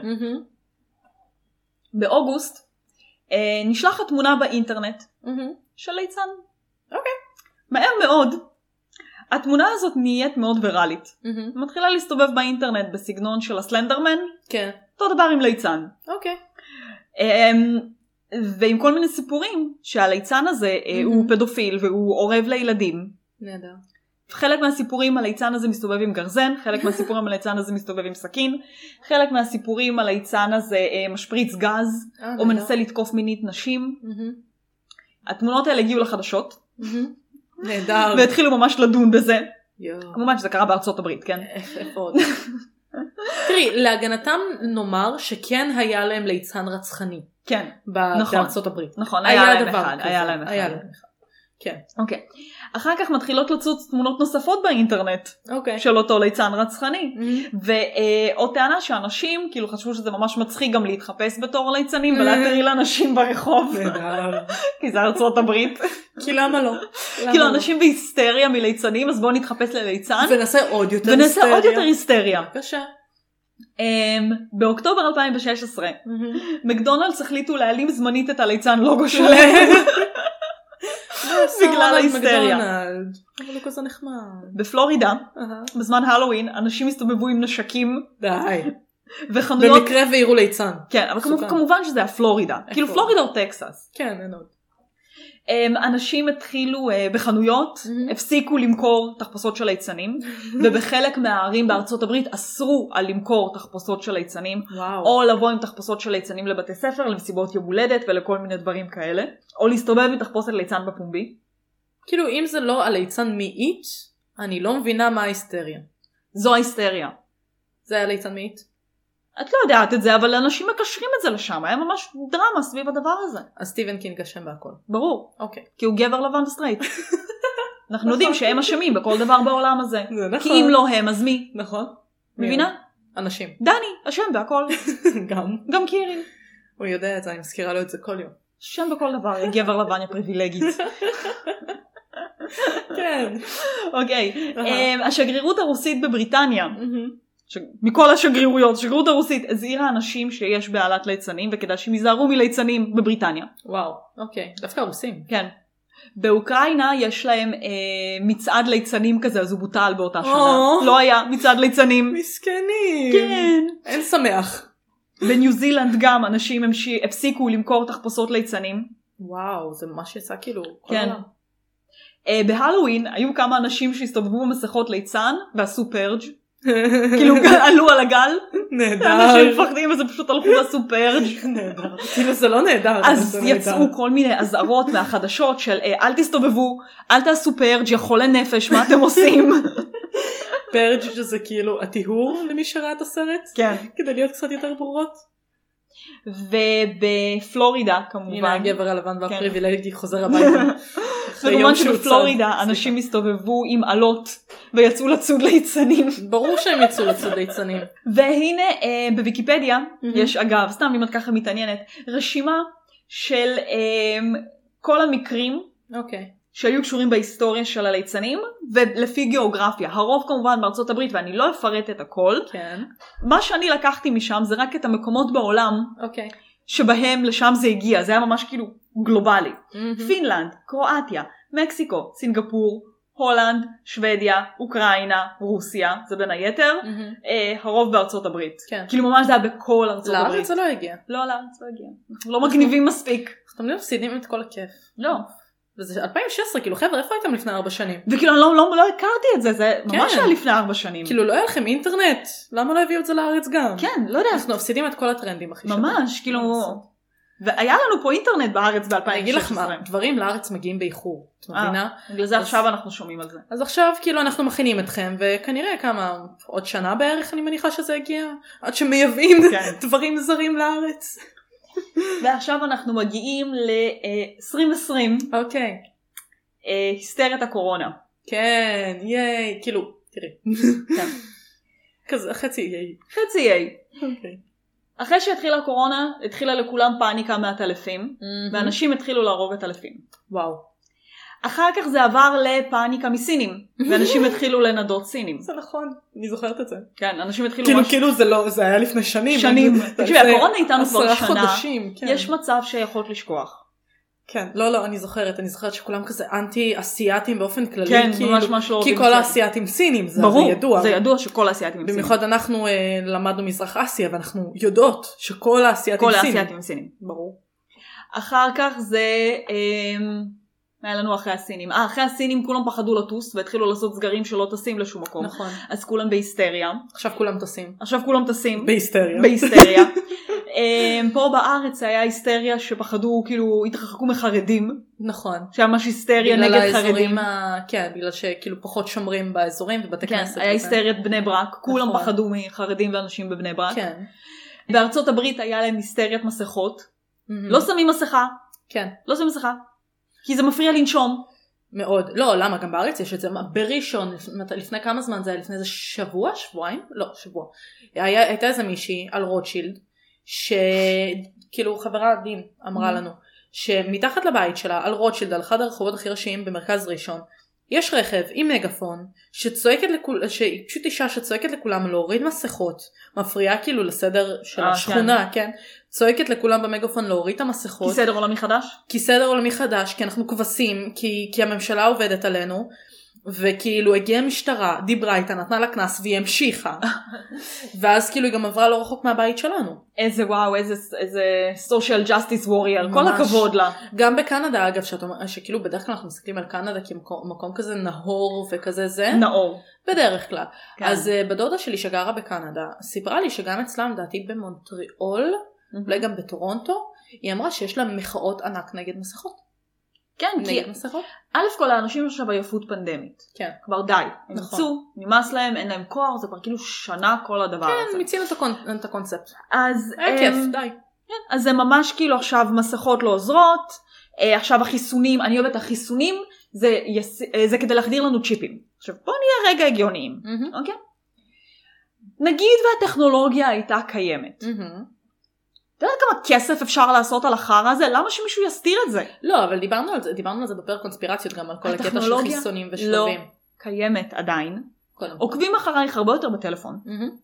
באוגוסט אה, נשלחת תמונה באינטרנט mm-hmm. של ליצן. אוקיי. Okay. מהר מאוד. התמונה הזאת נהיית מאוד ויראלית. Mm-hmm. מתחילה להסתובב באינטרנט בסגנון של הסלנדרמן. כן. Okay. אותו דבר עם ליצן. אוקיי. Okay. אה, ועם כל מיני סיפורים שהליצן הזה mm-hmm. הוא פדופיל והוא עורב לילדים. נהדר. חלק מהסיפורים על ליצן הזה מסתובב עם גרזן, חלק מהסיפורים על ליצן הזה מסתובב עם סכין, חלק מהסיפורים על ליצן הזה אה, משפריץ גז, oh, או מנסה לתקוף מינית נשים. Mm-hmm. התמונות האלה הגיעו לחדשות. Mm-hmm. נהדר. והתחילו ממש לדון בזה. Yo. כמובן שזה קרה בארצות הברית, כן? איפה עוד? תראי, להגנתם נאמר שכן היה להם ליצן רצחני. כן. נכון. בארצות הברית. נכון, היה, היה להם אחד. היה להם אחד. היה להם אחד. כן. אוקיי. אחר כך מתחילות לצוץ תמונות נוספות באינטרנט. אוקיי. של אותו ליצן רצחני. Mm-hmm. ועוד טענה שאנשים, כאילו חשבו שזה ממש מצחיק גם להתחפש בתור ליצנים, ולהתריע לאנשים ברחוב. כי זה ארצות הברית. כי למה לא? כאילו אנשים בהיסטריה מליצנים, אז בואו נתחפש לליצן. ונעשה עוד יותר היסטריה. ונעשה עוד יותר היסטריה. בבקשה. באוקטובר אלפיים ושש עשרה, מקדונלדס החליטו להעלים זמנית את הליצן לוגו שלהם. בגלל ההיסטריה. אבל הוא כזה נחמד. בפלורידה, בזמן הלואוין, אנשים הסתובבו עם נשקים. די. וחנויות... במקרה והירו ליצן. כן, אבל כמובן שזה הפלורידה. כאילו פלורידה או טקסס. כן, אין עוד. אנשים התחילו בחנויות, הפסיקו למכור תחפושות של ליצנים, ובחלק מהערים בארצות הברית אסרו על למכור תחפושות של ליצנים, או לבוא עם תחפושות של ליצנים לבתי ספר, למסיבות יום הולדת ולכל מיני דברים כאלה, או להסתובב עם תחפושת ליצן בפומבי. כאילו אם זה לא הליצן מאית, אני לא מבינה מה ההיסטריה. זו ההיסטריה. זה היה ליצן מאית? את לא יודעת את זה, אבל אנשים מקשרים את זה לשם, היה ממש דרמה סביב הדבר הזה. אז סטיבן קינג אשם בהכל. ברור. אוקיי. כי הוא גבר לבן וסטרייט. אנחנו יודעים שהם אשמים בכל דבר בעולם הזה. זה נכון. כי אם לא הם, אז מי? נכון. מבינה? אנשים. דני, אשם בהכל. גם. גם קירי. הוא יודע את זה, אני מזכירה לו את זה כל יום. אשם בכל דבר, גבר לבן הפריבילגית. כן. אוקיי. השגרירות הרוסית בבריטניה. ש... מכל השגרירויות, השגרירות הרוסית הזהירה אנשים שיש בעלת ליצנים, וכדאי שהם ייזהרו מליצנים בבריטניה. וואו, אוקיי. דווקא רוסים. כן. באוקראינה יש להם אה, מצעד ליצנים כזה, אז הוא בוטל באותה שנה. Oh. לא היה מצעד ליצנים. מסכנים. כן. אין שמח. בניו זילנד גם אנשים המש... הפסיקו למכור תחפושות ליצנים. וואו, זה ממש יצא כאילו. כן. אה, בהלואוין היו כמה אנשים שהסתובבו במסכות ליצן, ועשו פרג'. כאילו עלו על הגל, נהדר, אנשים מפחדים וזה פשוט הלכו ועשו פרג'. נהדר, כאילו זה לא נהדר. אז יצאו כל מיני אזהרות מהחדשות של אל תסתובבו, אל תעשו פרג', יכולי נפש, מה אתם עושים? פרג' שזה כאילו הטיהור למי שראה את הסרט? כן. כדי להיות קצת יותר ברורות. ובפלורידה כמובן, הנה הגבר הלבן והפריבילגי חוזר הביתה. וכמובן שבפלורידה אנשים הסתובבו עם עלות ויצאו לצוד ליצנים. ברור שהם יצאו לצוד ליצנים. והנה בוויקיפדיה יש, אגב, סתם אם את ככה מתעניינת, רשימה של כל המקרים שהיו קשורים בהיסטוריה של הליצנים, ולפי גיאוגרפיה. הרוב כמובן בארצות הברית, ואני לא אפרט את הכל. כן. מה שאני לקחתי משם זה רק את המקומות בעולם, אוקיי. שבהם לשם זה הגיע. זה היה ממש כאילו גלובלי. Mm-hmm. פינלנד, קרואטיה, מקסיקו, סינגפור, הולנד, שוודיה, אוקראינה, רוסיה, זה בין היתר, mm-hmm. אה, הרוב בארצות הברית. כן. כאילו ממש זה היה בכל ארצות לארץ הברית. לארץ זה לא הגיע. לא, לארץ לא הגיע. אנחנו לא מגניבים מספיק. אנחנו לא מפסידים את כל הכיף. לא. וזה אלפיים ושש עשרה, כאילו חבר'ה, איפה הייתם לפני ארבע שנים? וכאילו אני לא, לא, לא הכרתי את זה, זה כן. ממש היה לפני ארבע שנים. כאילו לא היה לכם אינטרנט, למה לא הביאו את זה לארץ גם? כן, לא יודע. אנחנו מפסידים את כל הטרנדים הכי ממש, שווה. ממש, כאילו... והיה לנו פה אינטרנט בארץ ב-אלפיים ושש עשרה. אני אגיד לך מה, דברים לארץ מגיעים באיחור, את מבינה? בגלל זה עכשיו אנחנו שומעים על זה. אז עכשיו כאילו אנחנו מכינים אתכם, וכנראה כמה, עוד שנה בערך אני מניחה שזה הגיע, עד שמייבאים דברים זרים לארץ. ועכשיו אנחנו מגיעים ל-עשרים עשרים. אוקיי. היסטריית הקורונה. כן, ייי, כאילו, תראי. כזה, חצי ייי. חצי ייי. אוקיי. אחרי שהתחילה הקורונה, התחילה לכולם פאניקה מהטלפים, mm-hmm. ואנשים התחילו להרוג את הטלפים. וואו. אחר כך זה עבר לפאניקה מסינים, ואנשים התחילו לנדות סינים. זה נכון, אני זוכרת את זה. כן, אנשים התחילו... כאילו, מש... כאילו זה לא, זה היה לפני שנים. שנים. תקשיבי, הקורונה איתנו כבר שנה, חודשים, כן. יש מצב שיכולת לשכוח. כן, לא, לא, אני זוכרת, אני זוכרת שכולם כזה אנטי-אסייתים באופן כללי, כן, כאילו, ממש ממש לא כי כל האסייתים סינים, זה, ברור, זה ידוע. זה ידוע שכל האסייתים סינים. במיוחד אנחנו אה, למדנו מזרח אסיה, ואנחנו יודעות שכל האסייתים כל סינים. כל האסייתים סינים. ברור. אחר כך זה, אה, מה היה לנו אחרי הסינים? אה, אחרי הסינים כולם פחדו לטוס, והתחילו לעשות סגרים שלא טסים לשום מקום. נכון. אז כולם בהיסטריה. עכשיו כולם טסים. עכשיו כולם טסים. בהיסטריה. בהיסטריה. פה בארץ היה היסטריה שפחדו, כאילו, התרחקו מחרדים. נכון. שהיה ממש היסטריה נגד חרדים. ה... כן, בגלל שכאילו פחות שומרים באזורים ובתי כן, כנסת. כן, היה היסטריית בני ברק. כולם נכון. פחדו מחרדים ואנשים בבני ברק. כן. בארצות הברית היה להם היסטריית מסכות. Mm-hmm. לא שמים מסכה. כן. לא שמים מסכה. כי זה מפריע לנשום. מאוד. לא, למה? גם בארץ יש את זה. בראשון, לפני כמה זמן זה היה? לפני איזה שבוע? שבועיים? לא, שבוע. היה, הייתה איזה מישהי על רוטשילד, שכאילו חברה דין אמרה לנו, שמתחת לבית שלה, על רוטשילד, על אחד הרחובות הכי ראשיים במרכז ראשון, יש רכב עם מגפון, שצועקת לכול, שהיא פשוט אישה שצועקת לכולם להוריד מסכות, מפריעה כאילו לסדר של השכונה, כן? צועקת לכולם במגפון להוריד את המסכות. כי סדר עולמי חדש? כי סדר עולמי חדש, כי אנחנו כבשים, כי, כי הממשלה עובדת עלינו, וכאילו הגיעה משטרה, דיברה איתה, נתנה לה כנס והיא המשיכה. ואז כאילו היא גם עברה לא רחוק מהבית שלנו. איזה וואו, איזה, איזה social justice warrior, כל הכבוד לה. גם בקנדה אגב, שאת אומר, שכאילו בדרך כלל אנחנו מסתכלים על קנדה כמקום מקום כזה נהור וכזה זה. נאור. בדרך כלל. כן. אז uh, בדודה שלי שגרה בקנדה, סיפרה לי שגם אצלם דעתי במונטריאול, mm-hmm. אולי גם בטורונטו, היא אמרה שיש לה מחאות ענק נגד מסכות. כן, כי א' כל האנשים עכשיו עייפות פנדמית. כן. כבר די. הם יצאו, נמאס להם, אין להם כוח, זה כבר כאילו שנה כל הדבר הזה. כן, מיצינו את הקונספט. אז... היה כיף, די. אז זה ממש כאילו עכשיו מסכות לא עוזרות, עכשיו החיסונים, אני אוהבת החיסונים, זה כדי להחדיר לנו צ'יפים. עכשיו בוא נהיה רגע הגיוניים, אוקיי? נגיד והטכנולוגיה הייתה קיימת. אתה יודע כמה כסף אפשר לעשות על החרא הזה? למה שמישהו יסתיר את זה? לא, אבל דיברנו על זה, דיברנו על זה בפרק קונספירציות גם על כל הקטע של חיסונים ושלבים. לא קיימת עדיין. עוקבים אחרייך הרבה יותר בטלפון.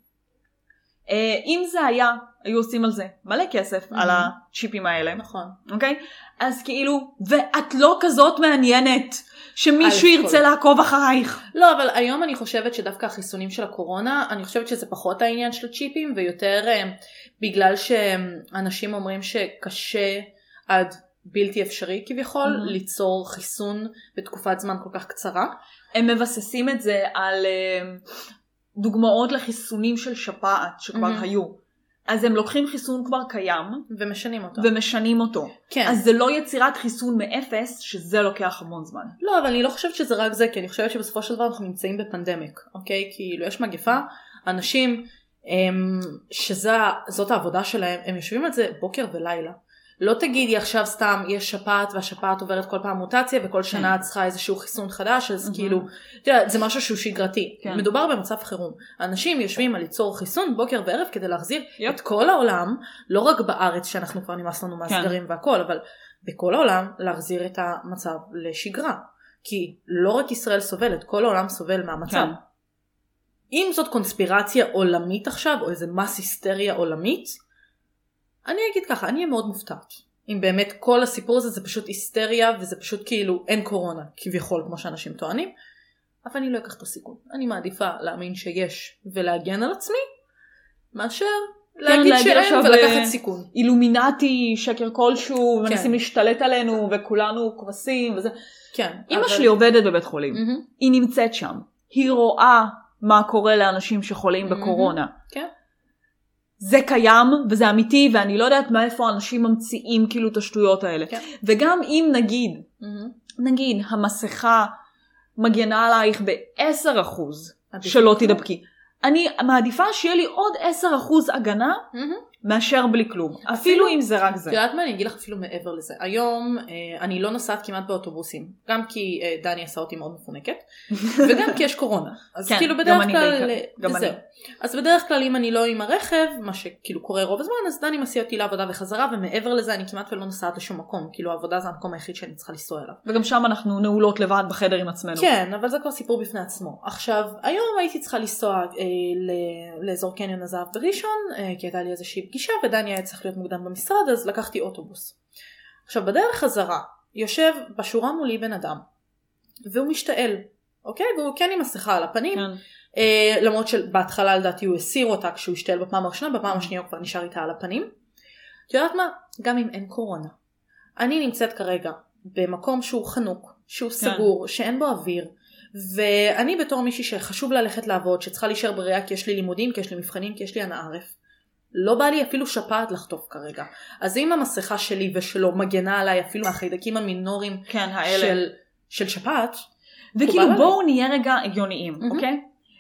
אם זה היה, היו עושים על זה מלא כסף על הצ'יפים האלה. נכון. אוקיי? אז כאילו, ואת לא כזאת מעניינת שמישהו ירצה לעקוב אחרייך. לא, אבל היום אני חושבת שדווקא החיסונים של הקורונה, אני חושבת שזה פחות העניין של הצ'יפים, ויותר בגלל שאנשים אומרים שקשה עד בלתי אפשרי כביכול mm-hmm. ליצור חיסון בתקופת זמן כל כך קצרה. הם מבססים את זה על דוגמאות לחיסונים של שפעת שכבר mm-hmm. היו. אז הם לוקחים חיסון כבר קיים. ומשנים אותו. ומשנים אותו. כן. אז זה לא יצירת חיסון מאפס, שזה לוקח המון זמן. לא, אבל אני לא חושבת שזה רק זה, כי אני חושבת שבסופו של דבר אנחנו נמצאים בפנדמיק, אוקיי? כאילו יש מגפה, אנשים, הם, שזאת העבודה שלהם, הם יושבים על זה בוקר ולילה. לא תגידי עכשיו סתם יש שפעת והשפעת עוברת כל פעם מוטציה וכל שנה את צריכה איזשהו חיסון חדש, אז כאילו, תראה, זה משהו שהוא שגרתי. מדובר במצב חירום. אנשים יושבים על ליצור חיסון בוקר וערב כדי להחזיר את כל העולם, לא רק בארץ שאנחנו כבר נמאס לנו מהסגרים והכל, אבל בכל העולם להחזיר את המצב לשגרה. כי לא רק ישראל סובלת, כל העולם סובל מהמצב. כן. אם זאת קונספירציה עולמית עכשיו, או איזה מס היסטריה עולמית, אני אגיד ככה, אני אהיה מאוד מופתעת. אם באמת כל הסיפור הזה זה פשוט היסטריה, וזה פשוט כאילו אין קורונה, כביכול, כמו שאנשים טוענים, אבל אני לא אקח את הסיכון. אני מעדיפה להאמין שיש ולהגן על עצמי, מאשר להגיד כן, שאין ולקחת סיכון. אילומינטי, שקר כלשהו, כן. מנסים להשתלט עלינו, וכולנו כבשים וזה. כן. אמא אבל... שלי עובדת בבית חולים. Mm-hmm. היא נמצאת שם. היא רואה מה קורה לאנשים שחולים mm-hmm. בקורונה. כן. זה קיים וזה אמיתי, ואני לא יודעת מאיפה אנשים ממציאים כאילו את השטויות האלה. כן. וגם אם נגיד, mm-hmm. נגיד המסכה מגנה עלייך ב-עשרה אחוז שלא תדבקי. אני מעדיפה שיהיה לי עוד עשרה אחוז הגנה מאשר בלי כלום. אפילו אם זה רק זה. יודעת מה, אני אגיד לך אפילו מעבר לזה. היום אני לא נוסעת כמעט באוטובוסים. גם כי דני עשה אותי מאוד מפונקת, וגם כי יש קורונה. אז כאילו בדרך כלל... גם אני. אז בדרך כלל אם אני לא עם הרכב, מה שכאילו קורה רוב הזמן, אז דני מסיע אותי לעבודה וחזרה, ומעבר לזה אני כמעט ולא נוסעת לשום מקום. כאילו העבודה זה המקום היחיד שאני צריכה לנסוע אליו. וגם שם אנחנו נעולות לבד בחדר עם עצמנו. כן, אבל זה כבר סיפור בפני עצמו. עכשיו, היום הייתי צריכה לנסוע לאזור קניון הזהב בראשון, כי הייתה לי איזושהי פגישה, ודני היה צריך להיות מוקדם במשרד, אז לקחתי אוטובוס. עכשיו, בדרך חזרה, יושב בשורה מולי בן אדם, והוא משתעל, אוקיי? והוא כן עם מסכה על הפנים, כן. אה, למרות שבהתחלה לדעתי הוא הסיר אותה כשהוא השתעל בפעם הראשונה, בפעם השנייה הוא כבר נשאר איתה על הפנים. את יודעת מה? גם אם אין קורונה. אני נמצאת כרגע במקום שהוא חנוק, שהוא כן. סגור, שאין בו אוויר, ואני בתור מישהי שחשוב ללכת לעבוד, שצריכה להישאר בריאה כי יש לי לימודים, כי יש לי מבחנים, כי יש לי הנערף. לא בא לי אפילו שפעת לחטוף כרגע. אז אם המסכה שלי ושלו מגנה עליי אפילו מהחיידקים המינוריים כן, של, של שפעת, וכאילו בואו נהיה רגע הגיוניים, mm-hmm. אוקיי?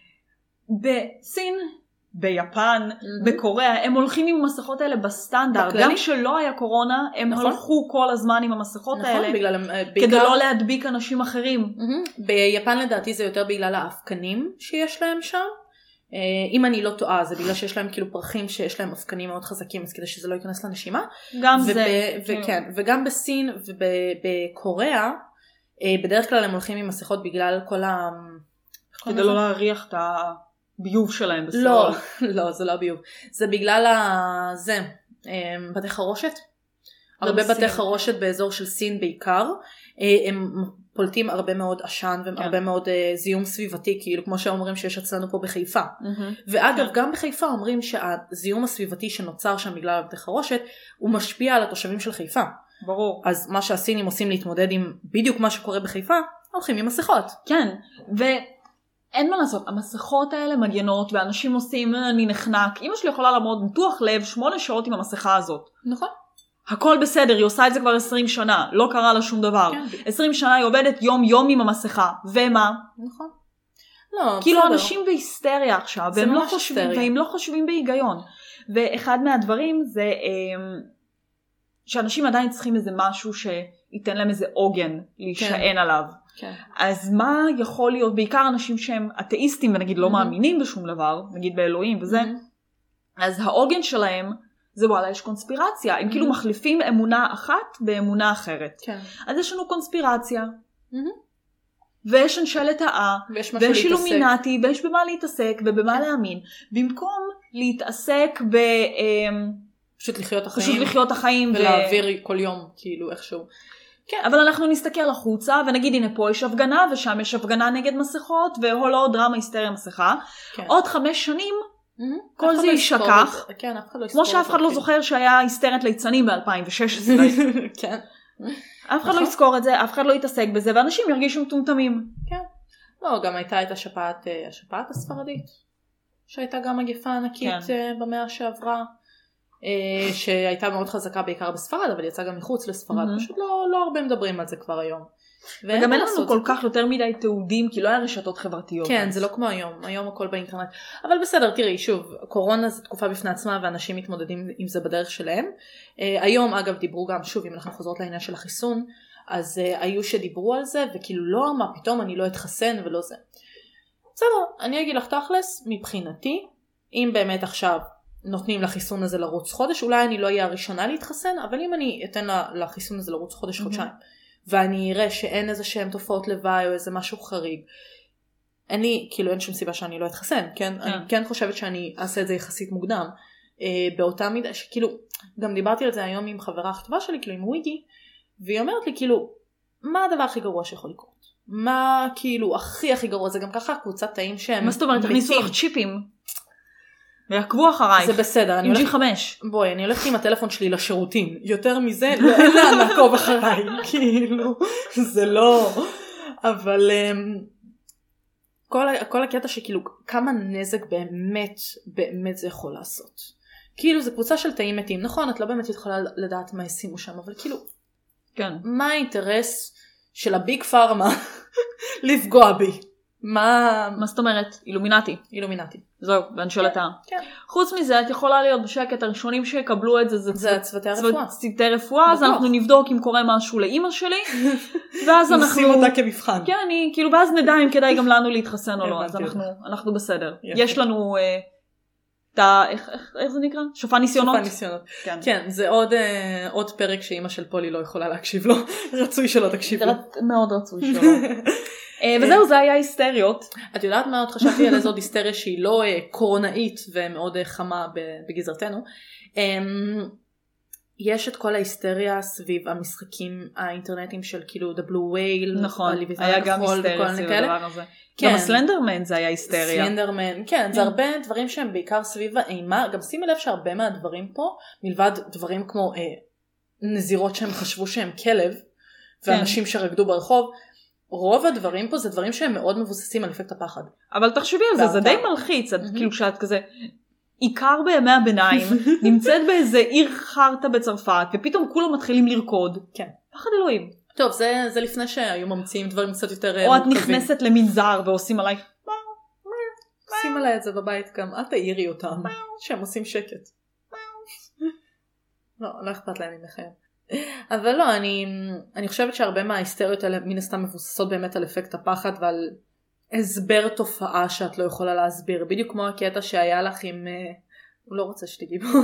בסין, ביפן, mm-hmm. בקוריאה, הם הולכים עם המסכות האלה בסטנדרט. בכללי? גם שלא היה קורונה, הם נכון? הלכו כל הזמן עם המסכות נכון, האלה, בגלל, כדי בעיקר... לא להדביק אנשים אחרים. Mm-hmm. ביפן לדעתי זה יותר בגלל האפקנים שיש להם שם. אם אני לא טועה, זה בגלל שיש להם כאילו פרחים שיש להם אפקנים מאוד חזקים, אז כדי שזה לא ייכנס לנשימה. גם זה. וכן, וגם בסין ובקוריאה, בדרך כלל הם הולכים עם מסכות בגלל כל ה... כדי לא להריח את הביוב שלהם בסול. לא, לא, זה לא הביוב. זה בגלל זה, בתי חרושת. הרבה בתי חרושת באזור של סין בעיקר, הם פולטים הרבה מאוד עשן והרבה מאוד זיהום סביבתי, כאילו כמו שאומרים שיש אצלנו פה בחיפה. ואגב, גם בחיפה אומרים שהזיהום הסביבתי שנוצר שם בגלל בתי חרושת, הוא משפיע על התושבים של חיפה. ברור. אז מה שהסינים עושים להתמודד עם בדיוק מה שקורה בחיפה, הולכים עם מסכות. כן, ואין מה לעשות, המסכות האלה מגנות, ואנשים עושים, אני נחנק, אמא שלי יכולה לעמוד ניתוח לב שמונה שעות עם המסכה הזאת. נכון. הכל בסדר, היא עושה את זה כבר עשרים שנה, לא קרה לה שום דבר. כן. עשרים שנה היא עובדת יום יום עם המסכה, ומה? נכון. לא, כאילו בסדר. אנשים בהיסטריה עכשיו, והם לא, חושבים, והם לא חושבים בהיגיון. ואחד מהדברים זה שאנשים עדיין צריכים איזה משהו שייתן להם איזה עוגן להישען כן. עליו. כן. אז מה יכול להיות, בעיקר אנשים שהם אתאיסטים ונגיד לא mm-hmm. מאמינים בשום דבר, נגיד באלוהים וזה, mm-hmm. אז העוגן שלהם זה וואלה, יש קונספירציה. הם mm-hmm. כאילו מחליפים אמונה אחת באמונה אחרת. כן. אז יש לנו קונספירציה, mm-hmm. ויש אנשלת האה, ויש, ויש אילומינטי, ויש במה להתעסק ובמה להאמין. במקום להתעסק ב... פשוט לחיות החיים. פשוט לחיות החיים. ולהעביר ו... כל יום, כאילו, איכשהו. כן, אבל אנחנו נסתכל החוצה, ונגיד, הנה פה יש הפגנה, ושם יש הפגנה נגד מסכות, והולו דרמה היסטריה מסכה. כן. עוד חמש שנים, Mm-hmm. כל זה יישכח, כן, אף אחד לא כמו שאף אחד לא זוכר שהיה היסטריית ליצנים ב-אלפיים ושש עשרה. כן. אף אחד לא יזכור את זה, אף אחד לא יתעסק בזה, ואנשים ירגישו מטומטמים. כן. לא, גם הייתה את השפעת, השפעת הספרדית, שהייתה גם מגפה ענקית כן. במאה שעברה, שהייתה מאוד חזקה בעיקר בספרד, אבל יצאה גם מחוץ לספרד, mm-hmm. פשוט לא, לא הרבה מדברים על זה כבר היום. וגם אין לנו כל כך יותר מדי תיעודים, כי לא היה רשתות חברתיות. כן, זה לא כמו היום, היום הכל באינטרנט. אבל בסדר, תראי, שוב, קורונה זה תקופה בפני עצמה, ואנשים מתמודדים עם זה בדרך שלהם. היום, אגב, דיברו גם, שוב, אם אנחנו חוזרות לעניין של החיסון, אז היו שדיברו על זה, וכאילו לא, מה פתאום, אני לא אתחסן ולא זה. בסדר, אני אגיד לך תכלס, מבחינתי, אם באמת עכשיו נותנים לחיסון הזה לרוץ חודש, אולי אני לא אהיה הראשונה להתחסן, אבל אם אני אתן לחיסון הזה לרוץ חודש, חודשיים, ואני אראה שאין איזה שהם תופעות לוואי או איזה משהו חריג, אין לי, כאילו אין שום סיבה שאני לא אתחסן, כן? אני כן חושבת שאני אעשה את זה יחסית מוקדם, באותה מידה, שכאילו, גם דיברתי על זה היום עם חברה הכתובה שלי, כאילו עם וויגי, והיא אומרת לי, כאילו, מה הדבר הכי גרוע שיכול לקרות? מה, כאילו, הכי הכי גרוע? זה גם ככה קבוצת תאים שהם... מה זאת אומרת, תכניסו לך צ'יפים, ויעקבו אחרייך. זה בסדר, עם ג'י חמש. בואי, אני הולכת עם הטלפון שלי לשירותים, יותר מזה, אין לה לעקוב אחריי, כאילו, זה לא... אבל... כל, כל הקטע שכאילו, כמה נזק באמת, באמת זה יכול לעשות. כאילו, זה קבוצה של תאים מתים. נכון, את לא באמת יכולה לדעת מה ישימו שם, אבל כאילו, כן. מה האינטרס של הביג פארמה לפגוע בי? מה... מה זאת אומרת? אילומינטי. אילומינטי. זהו, ואני שואלת כן, כן. חוץ מזה, את יכולה להיות בשקט, הראשונים שיקבלו את זה, זה, זה צוותי הרפואה. צוותי רפואה, אז אנחנו נבדוק אם קורה משהו לאמא שלי, ואז אנחנו... נשים אותה כמבחן. כן, אני, כאילו, ואז נדע אם כדאי גם לנו להתחסן או לא, אז אנחנו, אנחנו בסדר. יש לנו... איך, איך, איך זה נקרא? שופע ניסיונות? שופע ניסיונות. כן, כן זה עוד, אה, עוד פרק שאימא של פולי לא יכולה להקשיב לו. רצוי שלא תקשיב לו. מאוד רצוי שלא. וזהו, זה היה היסטריות. את יודעת מה עוד חשבתי על איזו עוד היסטריה שהיא לא קורונאית ומאוד חמה בגזרתנו. יש את כל ההיסטריה סביב המשחקים האינטרנטיים של כאילו The Blue Whale. נכון, היה גם היסטריה סביב הדבר הזה. כן. גם הסלנדרמן זה היה היסטריה. סלנדרמן, כן, זה הרבה דברים שהם בעיקר סביב האימה. גם שימי לב שהרבה מהדברים פה, מלבד דברים כמו אה, נזירות שהם חשבו שהם כלב, ואנשים כן. שרקדו ברחוב, רוב הדברים פה זה דברים שהם מאוד מבוססים על אפקט הפחד. אבל תחשבי על זה, זה די מלחיץ, כאילו כשאת כזה... עיקר בימי הביניים, נמצאת באיזה עיר חרטה בצרפת, ופתאום כולם מתחילים לרקוד. כן. פחד אלוהים. טוב, זה, זה לפני שהיו ממציאים דברים קצת יותר מורכבים. או את נכנסת למנזר ועושים עליי. עושים עליי את זה בבית גם. את תעירי אותם, שהם עושים שקט. לא, לא אכפת להם ממכם. אבל לא, אני, אני חושבת שהרבה מההיסטריות האלה מן הסתם מבוססות באמת על אפקט הפחד ועל... הסבר תופעה שאת לא יכולה להסביר, בדיוק כמו הקטע שהיה לך עם, הוא לא רוצה שתגיעי בו,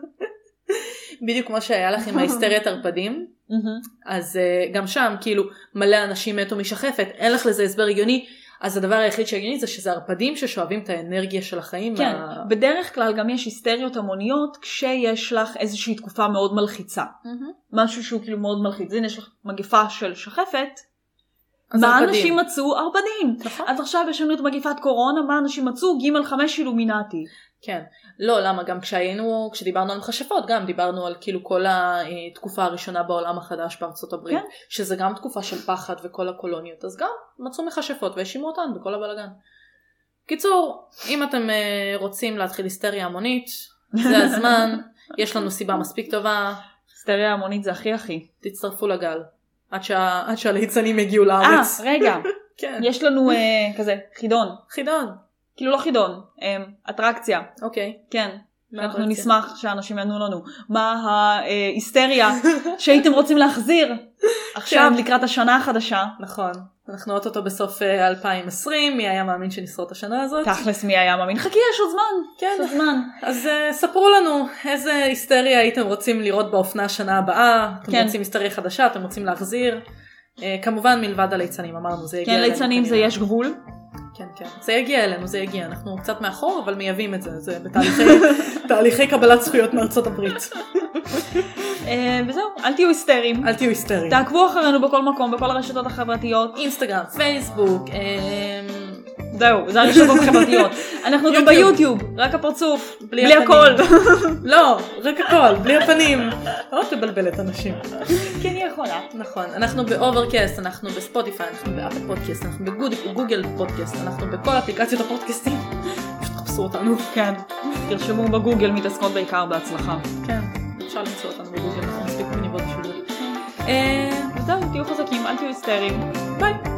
בדיוק כמו שהיה לך עם ההיסטריית הרפדים, אז גם שם כאילו מלא אנשים מתו משחפת, אין לך לזה הסבר הגיוני, אז הדבר היחיד שהגיוני זה שזה הרפדים ששואבים את האנרגיה של החיים. כן, בדרך כלל גם יש היסטריות המוניות כשיש לך איזושהי תקופה מאוד מלחיצה, משהו שהוא כאילו מאוד מלחיץ, הנה יש לך מגפה של שחפת, מה אנשים מצאו? ארבדים. אז עכשיו יש לנו את מגיפת קורונה, מה אנשים מצאו? ג' חמש אילומינטי. כן. לא, למה? גם כשהיינו, כשדיברנו על מכשפות, גם דיברנו על כאילו כל התקופה הראשונה בעולם החדש בארצות הברית, שזה גם תקופה של פחד וכל הקולוניות, אז גם מצאו מכשפות והאשימו אותן בכל הבלגן. קיצור, אם אתם רוצים להתחיל היסטריה המונית, זה הזמן, יש לנו סיבה מספיק טובה. היסטריה המונית זה הכי הכי. תצטרפו לגל. עד, שה... עד שהליצנים הגיעו לארץ. אה, רגע. כן. יש לנו אה, כזה, חידון. חידון. כאילו לא חידון, אה, אטרקציה. אוקיי. כן. אנחנו נשמח שאנשים יענו לנו. מה ההיסטריה שהייתם רוצים להחזיר עכשיו כן. לקראת השנה החדשה. נכון. אנחנו רואות אותו בסוף אלפיים עשרים, מי היה מאמין שנשרוד את השנה הזאת? תכלס מי היה מאמין? חכי, יש עוד זמן. כן. יש עוד זמן. אז uh, ספרו לנו איזה היסטריה הייתם רוצים לראות באופנה השנה הבאה. אתם כן. רוצים היסטריה חדשה, אתם רוצים להחזיר. Uh, כמובן מלבד הליצנים, אמרנו, זה יגיע כן, אלינו. כן, ליצנים זה יש גבול. כן, כן. זה יגיע אלינו, זה יגיע. אנחנו קצת מאחור, אבל מייבים את זה. זה בתהליכי תהליכי קבלת זכויות מארצות הברית. וזהו, אל תהיו היסטריים. אל תהיו היסטריים. תעקבו אחרינו בכל מקום, בכל הרשתות החברתיות. אינסטגרם, פייסבוק. זהו, זה הרשתות החברתיות. אנחנו גם ביוטיוב, רק הפרצוף, בלי הכל. לא, רק הכל, בלי הפנים. לא תבלבל את אנשים. כן, היא יכולה. נכון, אנחנו באוברקאסט, אנחנו בספוטיפיי, אנחנו באפל פודקאסט, אנחנו בגוגל פודקאסט, אנחנו בכל אפליקציות הפודקאסטים. פשוט תחפשו אותנו. כן, תרשמו בגוגל, מתעסקות בעיקר בהצלחה. כן, אפשר למצוא אותנו בגוגל, אנחנו מספיק מניבות בשביל זה. וזהו, תהיו חזקים, אל תהיו היסטריים. ביי.